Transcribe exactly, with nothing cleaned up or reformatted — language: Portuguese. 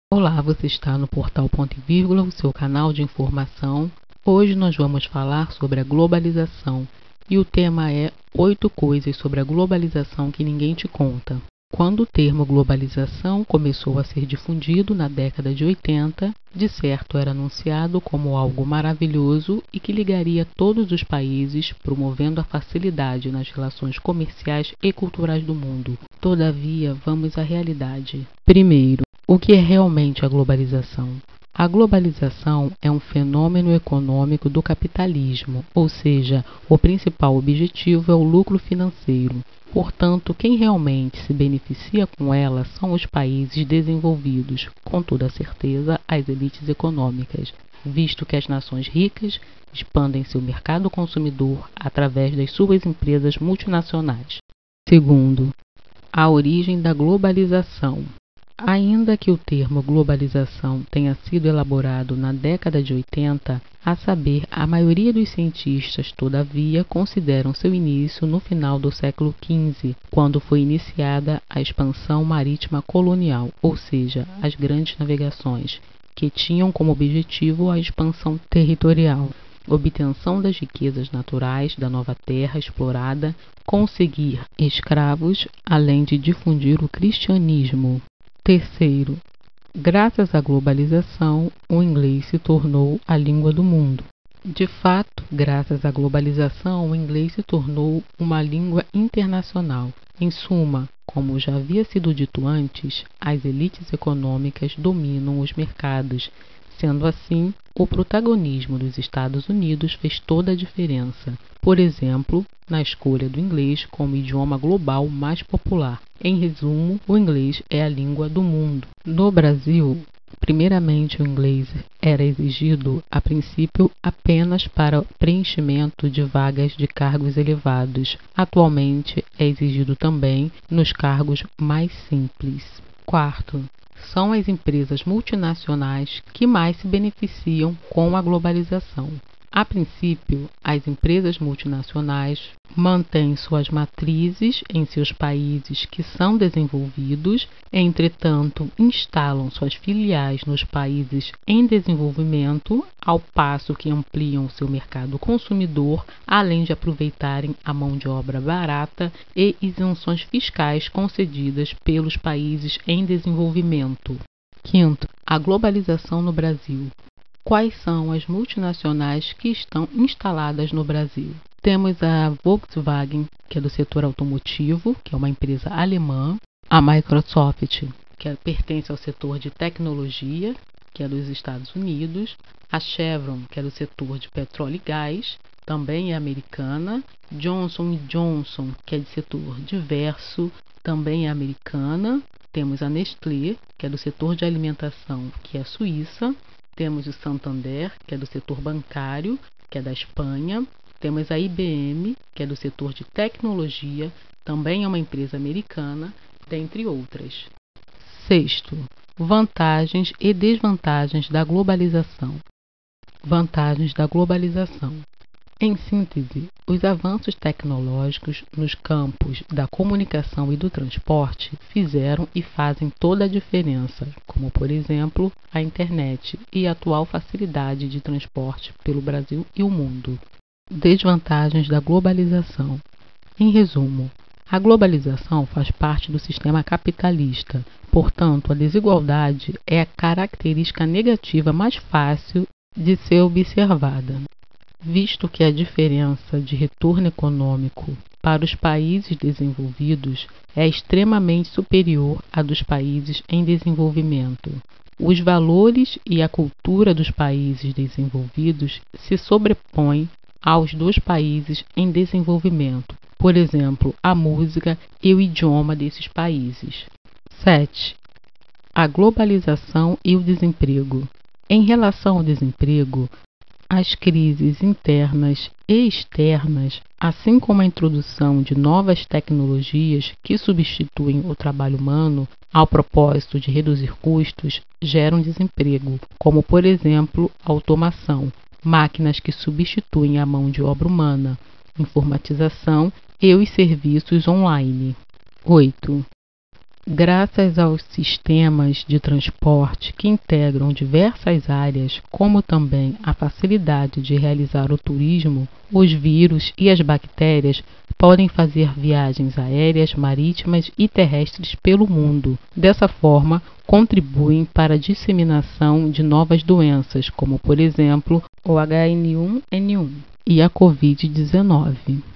Olá, você está no Portal Ponto e Vírgula, o seu canal de informação. Hoje nós vamos falar sobre a globalização e o tema é oito coisas sobre a globalização que ninguém te conta. Quando o termo globalização começou a ser difundido na década de oitenta, de certo era anunciado como algo maravilhoso e que ligaria todos os países, promovendo a facilidade nas relações comerciais e culturais do mundo. Todavia, vamos à realidade. Primeiro, o que é realmente a globalização? A globalização é um fenômeno econômico do capitalismo, ou seja, o principal objetivo é o lucro financeiro. Portanto, quem realmente se beneficia com ela são os países desenvolvidos, com toda certeza as elites econômicas, visto que as nações ricas expandem seu mercado consumidor através das suas empresas multinacionais. Segundo, a origem da globalização. Ainda que o termo globalização tenha sido elaborado na década de oitenta, a saber, a maioria dos cientistas, todavia, consideram seu início no final do século quinze, quando foi iniciada a expansão marítima colonial, ou seja, as grandes navegações, que tinham como objetivo a expansão territorial, obtenção das riquezas naturais da nova terra explorada, conseguir escravos, além de difundir o cristianismo. Terceiro, graças à globalização, o inglês se tornou a língua do mundo. De fato, graças à globalização, o inglês se tornou uma língua internacional. Em suma, como já havia sido dito antes, as elites econômicas dominam os mercados. Sendo assim, o protagonismo dos Estados Unidos fez toda a diferença. Por exemplo, na escolha do inglês como idioma global mais popular. Em resumo, o inglês é a língua do mundo. No Brasil, primeiramente o inglês era exigido, a princípio, apenas para preenchimento de vagas de cargos elevados. Atualmente, é exigido também nos cargos mais simples. Quarto, são as empresas multinacionais que mais se beneficiam com a globalização. A princípio, as empresas multinacionais mantêm suas matrizes em seus países que são desenvolvidos, entretanto, instalam suas filiais nos países em desenvolvimento, ao passo que ampliam seu mercado consumidor, além de aproveitarem a mão de obra barata e isenções fiscais concedidas pelos países em desenvolvimento. Quinto, a globalização no Brasil. Quais são as multinacionais que estão instaladas no Brasil? Temos a Volkswagen, que é do setor automotivo, que é uma empresa alemã, a Microsoft, que pertence ao setor de tecnologia, que é dos Estados Unidos, a Chevron, que é do setor de petróleo e gás, também é americana, Johnson e Johnson, que é de setor diverso, também é americana, temos a Nestlé, que é do setor de alimentação, que é suíça, temos o Santander, que é do setor bancário, que é da Espanha. Temos a I B M, que é do setor de tecnologia, também é uma empresa americana, dentre outras. Sexto, vantagens e desvantagens da globalização. Vantagens da globalização. Em síntese, os avanços tecnológicos nos campos da comunicação e do transporte fizeram e fazem toda a diferença, como por exemplo a internet e a atual facilidade de transporte pelo Brasil e o mundo. Desvantagens da globalização. Em resumo, a globalização faz parte do sistema capitalista, portanto, a desigualdade é a característica negativa mais fácil de ser observada. Visto que a diferença de retorno econômico para os países desenvolvidos é extremamente superior à dos países em desenvolvimento. Os valores e a cultura dos países desenvolvidos se sobrepõem aos dos países em desenvolvimento, por exemplo, a música e o idioma desses países. sete. A globalização e o desemprego. Em relação ao desemprego, as crises internas e externas, assim como a introdução de novas tecnologias que substituem o trabalho humano ao propósito de reduzir custos, geram desemprego, como por exemplo a automação, máquinas que substituem a mão de obra humana, informatização e os serviços online. oito. Graças aos sistemas de transporte que integram diversas áreas, como também a facilidade de realizar o turismo, os vírus e as bactérias podem fazer viagens aéreas, marítimas e terrestres pelo mundo. Dessa forma, contribuem para a disseminação de novas doenças, como por exemplo o H um N um e a covid dezenove.